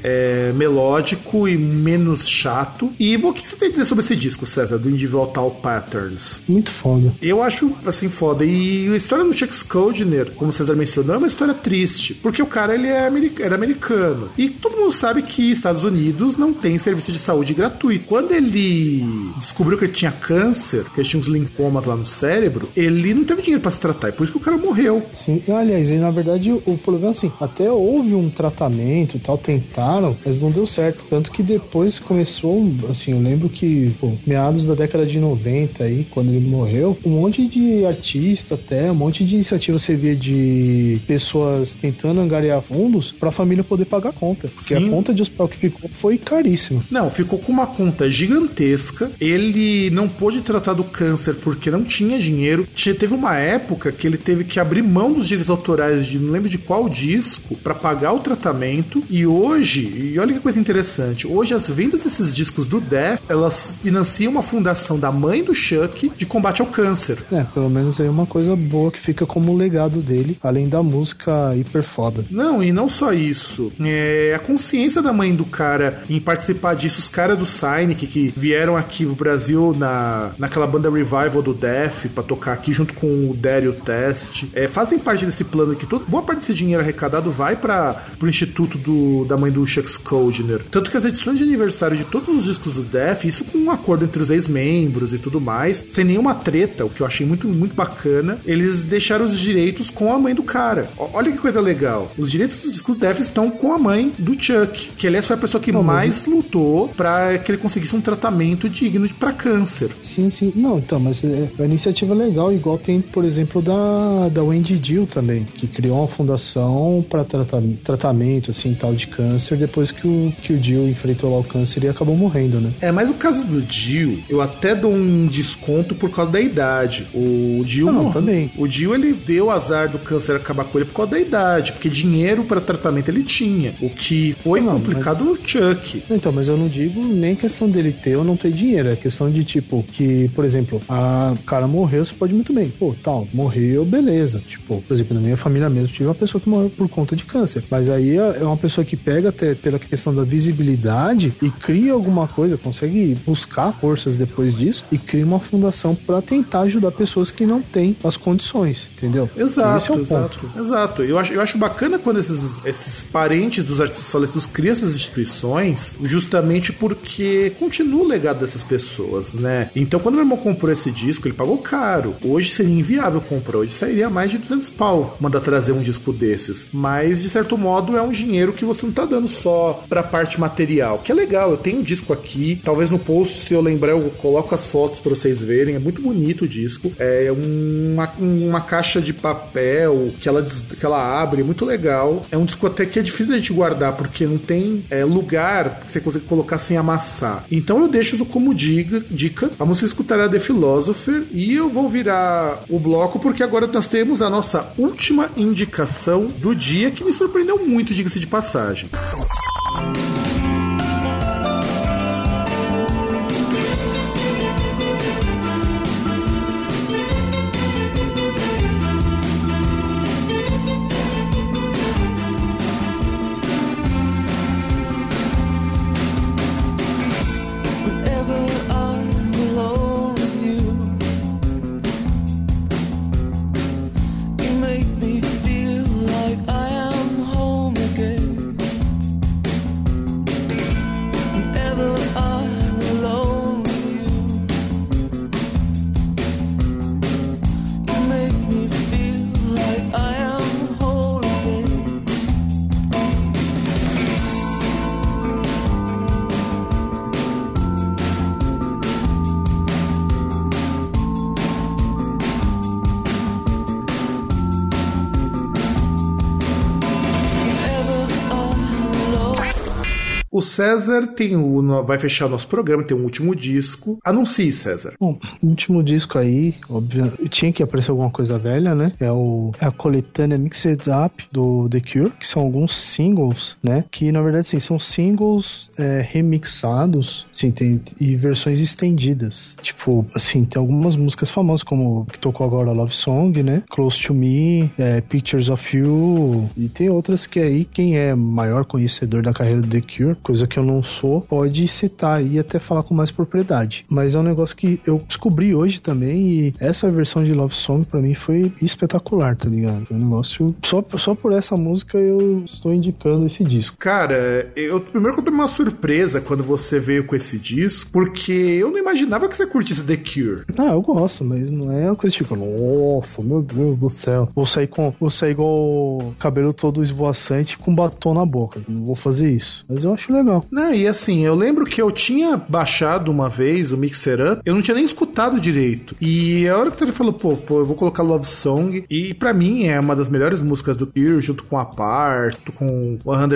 melódico e menos chato. E o que você tem a dizer sobre esse disco, César, do Individual Patterns? Muito foda. Eu acho, assim, foda. E a história do Chuck Schuldiner, como o César mencionou, é uma história triste, porque o cara, ele era americano. E todo mundo sabe que Estados Unidos não tem serviço de saúde gratuito. Quando ele descobriu que ele tinha câncer, que ele tinha uns linfomas lá no cérebro, ele não teve dinheiro pra se tratar. É por isso que o cara morreu. Sim, aliás, e na verdade o problema, assim, até houve um tratamento e tal, tentaram, mas não deu certo. Tanto que depois começou, assim, eu lembro que, meados da década de 90 aí, quando ele morreu, um monte de artista até, um monte de iniciativa você via de pessoas tentando angariar fundos pra família poder pagar a conta. Porque Sim. A conta de hospital que ficou foi caríssima. Não, ficou com uma conta gigantesca. Ele não pôde tratar do câncer porque não tinha dinheiro. Teve uma época que ele teve que abrir mão dos direitos autorais de não lembro de qual disco pra pagar o tratamento. E hoje, e olha que coisa interessante, hoje as vendas desses discos do Death, elas financiam uma fundação da mãe do Chuck de combate ao câncer. Pelo menos aí uma coisa boa que fica como legado dele, além da música hiper foda. Não, e não só isso. A consciência da mãe do cara em participar disso, os caras do Cynic que vieram aqui no Brasil naquela banda Revival do Death pra tocar aqui junto com o Dario Test, fazem parte desse plano que boa parte desse dinheiro arrecadado vai pro instituto da mãe do Chuck Schuldiner. Tanto que as edições de aniversário de todos os discos do Death, isso com um acordo entre os ex-membros e tudo mais, sem nenhuma treta, o que eu achei muito, muito bacana, eles deixaram os direitos com a mãe do cara. Olha que coisa legal. Os direitos do disco do Death estão com a mãe do Chuck, que aliás foi a pessoa que mais lutou pra que ele conseguisse um tratamento digno pra câncer. Sim. Não, então, mas é uma iniciativa legal, igual tem, por exemplo, da Wendy Dill também, que criou uma fundação pra tratamento, assim, tal de câncer, depois que o Dill enfrentou lá o câncer e acabou morrendo, né? Mas o caso do Dill, eu até dou um desconto por causa da idade. O Dill também. O Dill, ele deu azar do câncer acabar com ele por causa da idade, porque dinheiro para tratamento ele tinha. O que foi complicado no Chuck. Então, mas eu não digo nem questão dele ter ou não ter dinheiro, é questão de tipo, que, por exemplo, o cara morreu, você pode muito bem, morreu, beleza. Tipo, por exemplo, na minha família mesmo, tive uma pessoa que morreu por conta de câncer. Mas aí é uma pessoa que pega até pela questão da visibilidade e cria alguma coisa, consegue buscar forças depois disso e cria uma fundação para tentar ajudar pessoas que não têm as condições, entendeu? Exato. Eu acho bacana quando esses parentes dos artistas falecidos criam essas instituições justamente importante porque continua o legado dessas pessoas, né? Então, quando meu irmão comprou esse disco, ele pagou caro. Hoje seria inviável comprar, hoje sairia mais de 200 pau mandar trazer um disco desses. Mas, de certo modo, é um dinheiro que você não tá dando só pra parte material, que é legal. Eu tenho um disco aqui, talvez no post, se eu lembrar, eu coloco as fotos pra vocês verem. É muito bonito o disco. É uma caixa de papel que ela abre, muito legal. É um disco até que é difícil de gente guardar, porque não tem lugar que você consegue colocar sem amassar. Então eu deixo isso como dica. A música escutará The Philosopher e eu vou virar o bloco porque agora nós temos a nossa última indicação do dia, que me surpreendeu muito, diga-se de passagem. O César vai fechar o nosso programa, tem um último disco. Anuncie, César. Bom, o último disco aí, óbvio, tinha que aparecer alguma coisa velha, né? É a coletânea Mixed Up do The Cure, que são alguns singles, né? Que, na verdade, sim, são singles remixados, sim, e versões estendidas. Tipo, assim, tem algumas músicas famosas, como que tocou agora Love Song, né? Close to Me, Pictures of You, e tem outras que aí, quem é maior conhecedor da carreira do The Cure, coisa que eu não sou, pode citar e até falar com mais propriedade. Mas é um negócio que eu descobri hoje também, e essa versão de Love Song pra mim foi espetacular, tá ligado? Foi um negócio... Só por essa música eu estou indicando esse disco. Cara, primeiro que eu tomei uma surpresa quando você veio com esse disco, porque eu não imaginava que você curtisse The Cure. Ah, eu gosto, mas não é uma coisa tipo, nossa, meu Deus do céu. Vou sair igual o cabelo todo esvoaçante com batom na boca. Não vou fazer isso. Mas eu acho legal. Não, e assim, eu lembro que eu tinha baixado uma vez o Mixer Up, eu não tinha nem escutado direito. E a hora que ele falou, pô, eu vou colocar Love Song, e pra mim é uma das melhores músicas do Cure, junto com Apart, com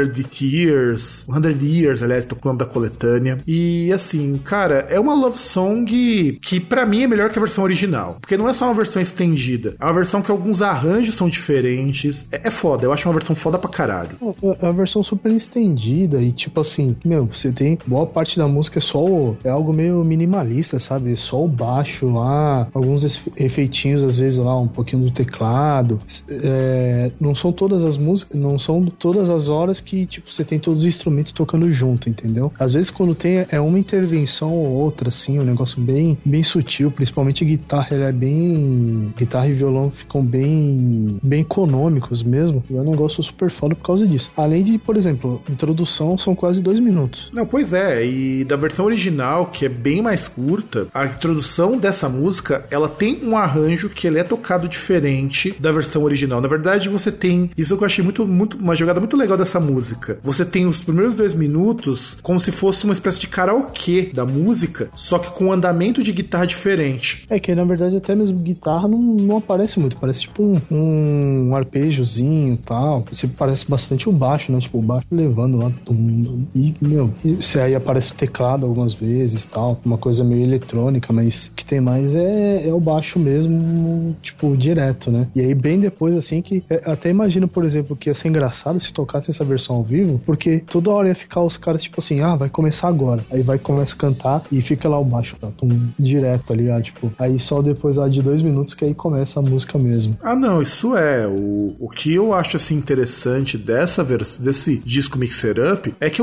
100 Years, aliás, tô com o nome da coletânea. E assim, cara, é uma Love Song que pra mim é melhor que a versão original, porque não é só uma versão estendida, é uma versão que alguns arranjos são diferentes. É foda, eu acho uma versão foda pra caralho. É uma versão super estendida e tipo assim, você tem boa parte da música é algo meio minimalista, sabe? Só o baixo lá, alguns efeitinhos às vezes lá, um pouquinho do teclado. Não são todas as músicas, não são todas as horas que tipo você tem todos os instrumentos tocando junto, entendeu? Às vezes quando tem uma intervenção ou outra, assim, um negócio bem, bem sutil, principalmente guitarra, guitarra e violão ficam bem econômicos mesmo. E é um negócio super foda por causa disso. Além de, por exemplo, introdução são quase 2 minutos. Não, pois é, e da versão original, que é bem mais curta, a introdução dessa música, ela tem um arranjo que ele é tocado diferente da versão original. Na verdade, você tem, isso que eu achei muito, uma jogada muito legal dessa música, você tem os primeiros 2 minutos como se fosse uma espécie de karaokê da música, só que com um andamento de guitarra diferente. É que, na verdade, até mesmo guitarra não aparece muito, parece tipo um arpejozinho e tal, você parece bastante o baixo, né, tipo o baixo levando lá, e você aí aparece o teclado algumas vezes, tal, uma coisa meio eletrônica, mas o que tem mais é o baixo mesmo, tipo, direto, né? E aí bem depois, assim, que até imagino, por exemplo, que ia ser engraçado se tocasse essa versão ao vivo, porque toda hora ia ficar os caras, tipo assim, vai começar agora, aí começa a cantar e fica lá o baixo, direto, tá ligado? Tipo, aí só depois lá de 2 minutos que aí começa a música mesmo. Ah, não, isso o que eu acho, assim, interessante desse disco Mixer Up é que é um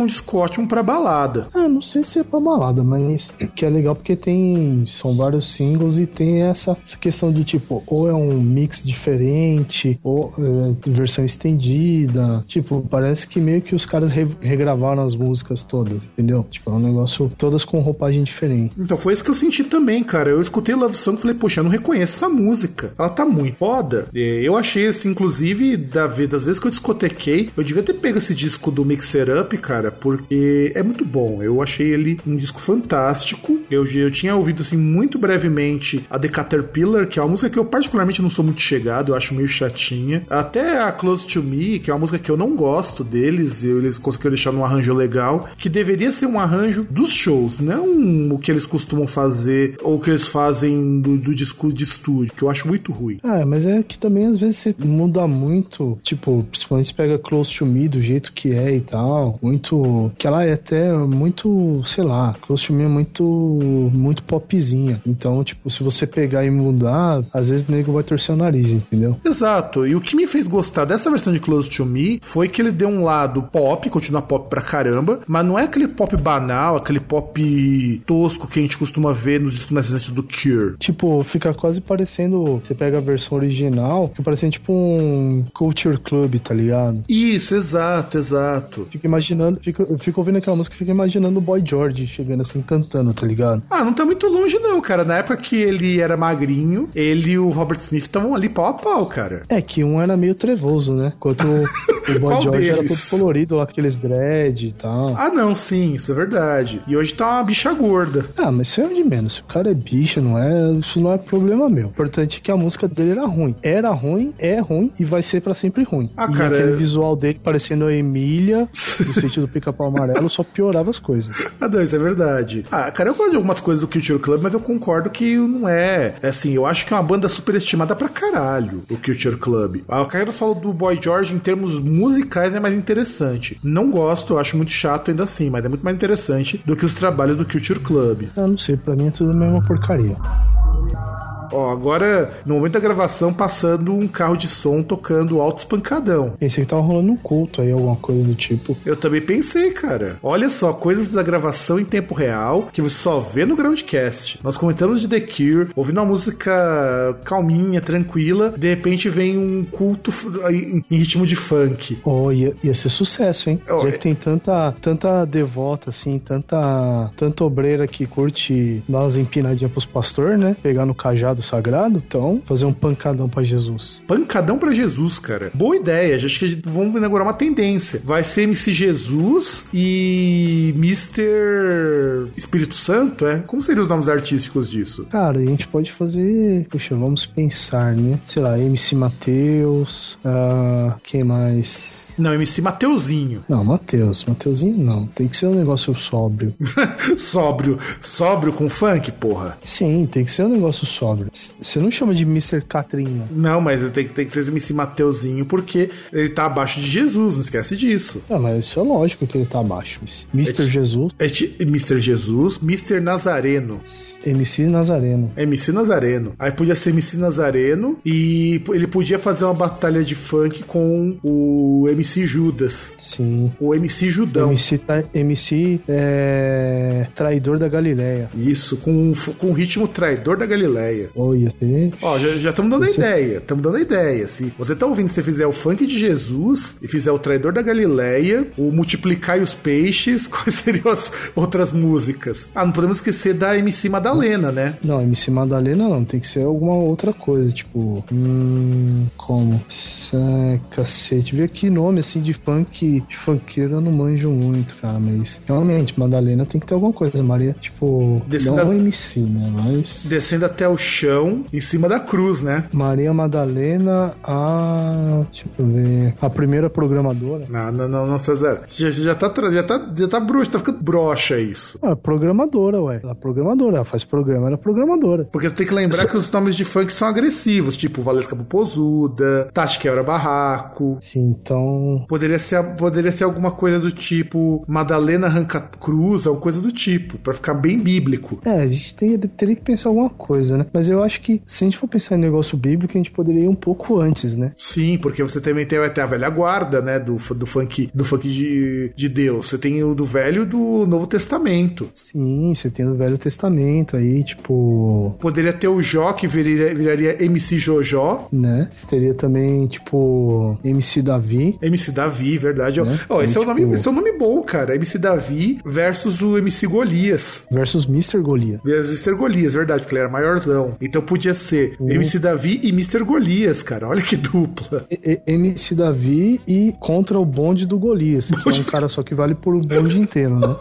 disco ótimo pra balada. Não sei se é pra balada, mas que é legal porque são vários singles e tem essa questão de tipo, ou é um mix diferente, ou versão estendida. Tipo, parece que meio que os caras regravaram as músicas todas, entendeu? Tipo, é um negócio, todas com roupagem diferente. Então foi isso que eu senti também, cara. Eu escutei Love Song e falei, poxa, eu não reconheço essa música. Ela tá muito foda. Eu achei, assim, inclusive, das vezes que eu discotequei, eu devia ter pego esse disco do Mix It Up, cara, porque é muito bom. Eu achei ele um disco fantástico. Eu tinha ouvido, assim, muito brevemente a The Caterpillar, que é uma música que eu particularmente não sou muito chegado, eu acho meio chatinha. Até a Close to Me, que é uma música que eu não gosto deles, eles conseguiram deixar num arranjo legal, que deveria ser um arranjo dos shows, não o que eles costumam fazer, ou o que eles fazem do disco de estúdio, que eu acho muito ruim. Mas é que também às vezes você muda muito, tipo, principalmente se pega Close to Me do jeito que é e tal, muito, que ela é até muito, sei lá, Close to Me é muito popzinha, então, tipo, se você pegar e mudar, às vezes o nego vai torcer o nariz, entendeu? Exato, e o que me fez gostar dessa versão de Close to Me foi que ele deu um lado pop, continua pop pra caramba, mas não é aquele pop banal, aquele pop tosco que a gente costuma ver nos discos mais recentes do Cure. Tipo, fica quase parecendo, você pega a versão original, que parecendo tipo um Culture Club, tá ligado? Isso, exato. Fico imaginando, fico ouvindo aquela música e fico imaginando o Boy George chegando assim, cantando, tá ligado? Não tá muito longe não, cara. Na época que ele era magrinho, ele e o Robert Smith estavam ali pau a pau, cara. É que um era meio trevoso, né? Enquanto o Boy George era todo colorido lá, com aqueles dread e tal. Não, sim, isso é verdade. E hoje tá uma bicha gorda. Mas isso é de menos. Se o cara é bicha, isso não é problema meu. O importante é que a música dele era ruim. Era ruim, é ruim e vai ser pra sempre ruim. E cara, aquele visual dele parecendo a Emília, no sentido do Pica-Pau Amarelo, só piorava as coisas. Não, isso é verdade. Cara, eu gosto de algumas coisas do Culture Club, mas eu concordo que não é. Assim, eu acho que é uma banda superestimada pra caralho, o Culture Club. A carreira solo do Boy George, em termos musicais, é mais interessante. Não gosto, eu acho muito chato ainda assim, mas é muito mais interessante do que os trabalhos do Culture Club. Não sei, pra mim é tudo a mesma porcaria. Agora, no momento da gravação, passando um carro de som tocando altos pancadão. Pensei que tava rolando um culto aí, alguma coisa do tipo. Eu também pensei, cara. Olha só, coisas da gravação em tempo real que você só vê no Groundcast. Nós comentamos de The Cure, ouvindo uma música calminha, tranquila, de repente vem um culto em ritmo de funk. Ia ser sucesso, hein? Já que tem tanta devota, assim, tanta obreira que curte dar umas empinadinhas pros pastores, né? Pegar no cajado sagrado, então fazer um pancadão pra Jesus. Pancadão pra Jesus, cara. Boa ideia. Acho que vamos inaugurar uma tendência. Vai ser MC Jesus e Mr. Espírito Santo, é? Como seriam os nomes artísticos disso? Cara, a gente pode fazer... Puxa, vamos pensar, né? Sei lá, MC Mateus, quem mais... Não, MC Mateuzinho. Não, Mateuzinho não. Tem que ser um negócio sóbrio. Sóbrio com funk, porra? Sim, tem que ser um negócio sóbrio. Você não chama de Mr. Catrinha. Não, mas tem que ser MC Mateuzinho porque ele tá abaixo de Jesus, não esquece disso. Mas isso é lógico que ele tá abaixo. Mr. Jesus. Mr. Jesus, Mr. Nazareno. MC Nazareno. MC Nazareno. Aí podia ser MC Nazareno e ele podia fazer uma batalha de funk com o MC Judas. Sim. O MC Judão. MC Traidor da Galileia. Isso, com o ritmo Traidor da Galileia. Ia ter... Já estamos dando a ideia. Estamos dando a ideia. Se você tá ouvindo, se você fizer o funk de Jesus e fizer o Traidor da Galileia, o Multiplicar e os Peixes, quais seriam as outras músicas? Não podemos esquecer da MC Madalena, né? Não, MC Madalena não. Tem que ser alguma outra coisa, tipo... Como? Cacete. Vê que nome assim de funk, de funkeiro eu não manjo muito, cara, mas realmente, Madalena tem que ter alguma coisa, Maria, tipo, não MC, né, mas... Descendo até o chão, em cima da cruz, né? Maria Madalena, deixa eu ver, a primeira programadora. Não, César, já tá bruxa, tá ficando broxa isso. Programadora, ué, ela faz programa, ela é programadora. Porque você tem que lembrar que os nomes de funk são agressivos, tipo Valesca Popozuda, Tati Quebra Barraco. Sim, então Então... Poderia ser alguma coisa do tipo Madalena arranca cruz, alguma coisa do tipo, pra ficar bem bíblico. A gente teria que pensar alguma coisa, né? Mas eu acho que se a gente for pensar em negócio bíblico, a gente poderia ir um pouco antes, né? Sim, porque você também tem até a velha guarda, né? Do funk de Deus. Você tem o do Velho e do Novo Testamento. Sim, você tem o Velho Testamento aí, tipo... Poderia ter o Jó, que viraria MC Jojó. Né? Você teria também, tipo, MC Davi. MC Davi, verdade. Né? Esse é um nome bom, cara. MC Davi versus o MC Golias. Versus Mr. Golias. Mr. Golias, verdade, porque ele era maiorzão. Então podia ser MC Davi e Mr. Golias, cara. Olha que dupla. MC Davi e contra o bonde do Golias, que é um cara só que vale por um bonde inteiro, né?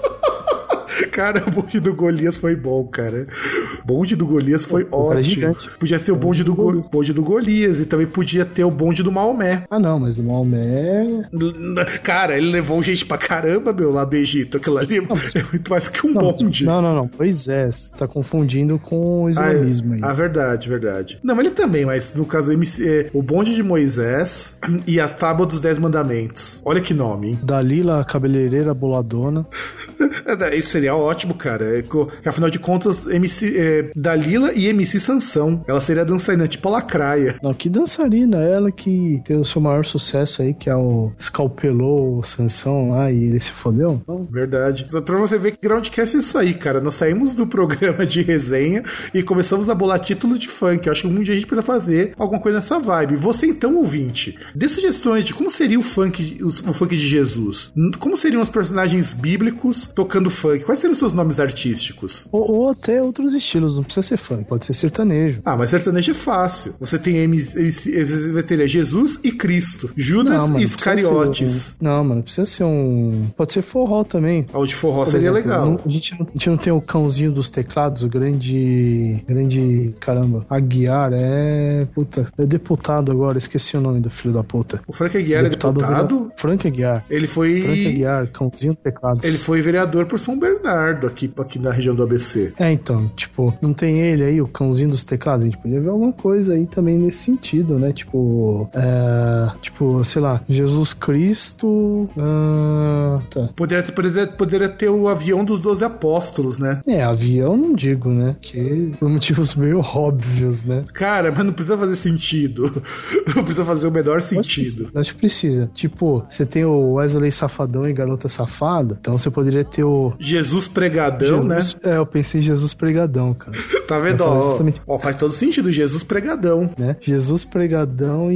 Cara, o bonde do Golias foi bom, cara. O bonde do Golias foi ótimo. Podia ter o bonde do Golias e também podia ter o bonde do Maomé. Ah, não, mas o Maomé... Cara, ele levou gente pra caramba, meu, lá do Egito. Aquilo ali é muito mais que um bonde. Não. Moisés. Você tá confundindo com o islamismo aí. Verdade. Não, mas ele também, mas no caso o bonde de Moisés e a tábua dos 10 mandamentos. Olha que nome, hein? Dalila, cabeleireira boladona. Isso seria ótimo, cara. Afinal de contas, Dalila e MC Sansão. Ela seria dançarina, tipo a Lacraia. Não, que dançarina. Ela que tem o seu maior sucesso aí, que é o escalpelou o Sansão lá e ele se fodeu. Verdade. Pra você ver que Groundcast é isso aí, cara. Nós saímos do programa de resenha e começamos a bolar título de funk. Eu acho que um dia a gente precisa fazer alguma coisa nessa vibe. Você então, ouvinte, dê sugestões de como seria o funk de Jesus. Como seriam os personagens bíblicos tocando funk? Quais seriam os seus nomes artísticos? Ou até outros estilos, não precisa ser funk, pode ser sertanejo. Ah, mas sertanejo é fácil. Você vai ter Jesus e Cristo, Judas e Iscariotes. Não, mano, precisa ser pode ser forró também. O de forró seria legal. A gente não tem o cãozinho dos teclados, o grande, caramba, Aguiar, é deputado agora, esqueci o nome do filho da puta. O Frank Aguiar é deputado? Frank Aguiar. Frank Aguiar, cãozinho dos teclados. Ele foi vereador por São Bernardo, aqui na região do ABC. Então, tipo, não tem ele aí, o cãozinho dos teclados? A gente podia ver alguma coisa aí também nesse sentido, né? Tipo, sei lá, Jesus Cristo... Tá. Poderia ter o avião dos 12 apóstolos, né? Avião não digo, né? Que por motivos meio óbvios, né? Cara, mas não precisa fazer sentido. Não precisa fazer o menor sentido. Acho que precisa. Tipo, você tem o Wesley Safadão e Garota Safada, então você poderia ter o... Jesus Pregadão, né? Eu pensei em Jesus Pregadão, cara. Tá vendo? Faz todo sentido, Jesus Pregadão. Né? Jesus Pregadão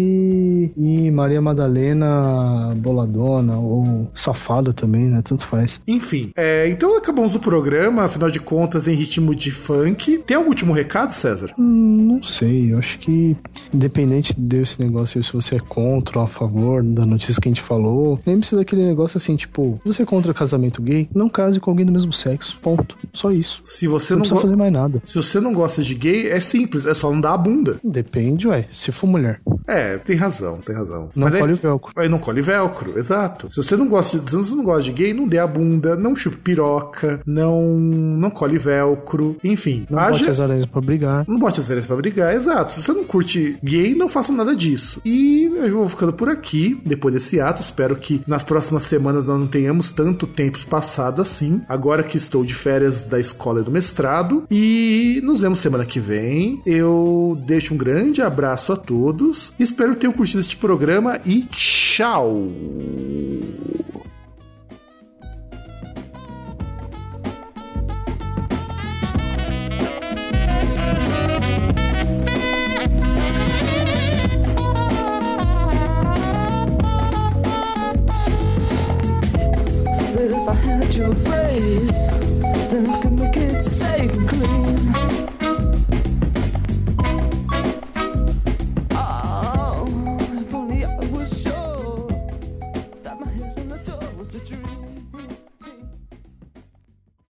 e Maria Madalena Boladona, ou Safada também, né? Tanto faz. Enfim, então acabamos o programa, afinal de contas, em ritmo de funk. Tem algum último recado, César? Não sei, eu acho que independente desse negócio, se você é contra ou a favor da notícia que a gente falou, lembre-se daquele negócio assim, tipo, se você é contra casamento gay, não case com alguém do mesmo sexo, ponto. Só isso. Se você não precisa fazer mais nada. Se você não gosta de gay, é simples, é só não dar a bunda. Depende, se for mulher. Tem razão. Não colhe velcro. Não colhe velcro, exato. Se você não gosta de gay, não dê a bunda, não chupe piroca, não colhe velcro, enfim. Não bote as aranhas pra brigar. Não bote as aranhas pra brigar, exato. Se você não curte gay, não faça nada disso. E eu vou ficando por aqui, depois desse ato. Espero que nas próximas semanas nós não tenhamos tanto tempo passado assim. Agora que estou de férias da escola e do mestrado. E nos vemos semana que vem. Eu deixo um grande abraço a todos. Espero que tenham curtido este programa e tchau!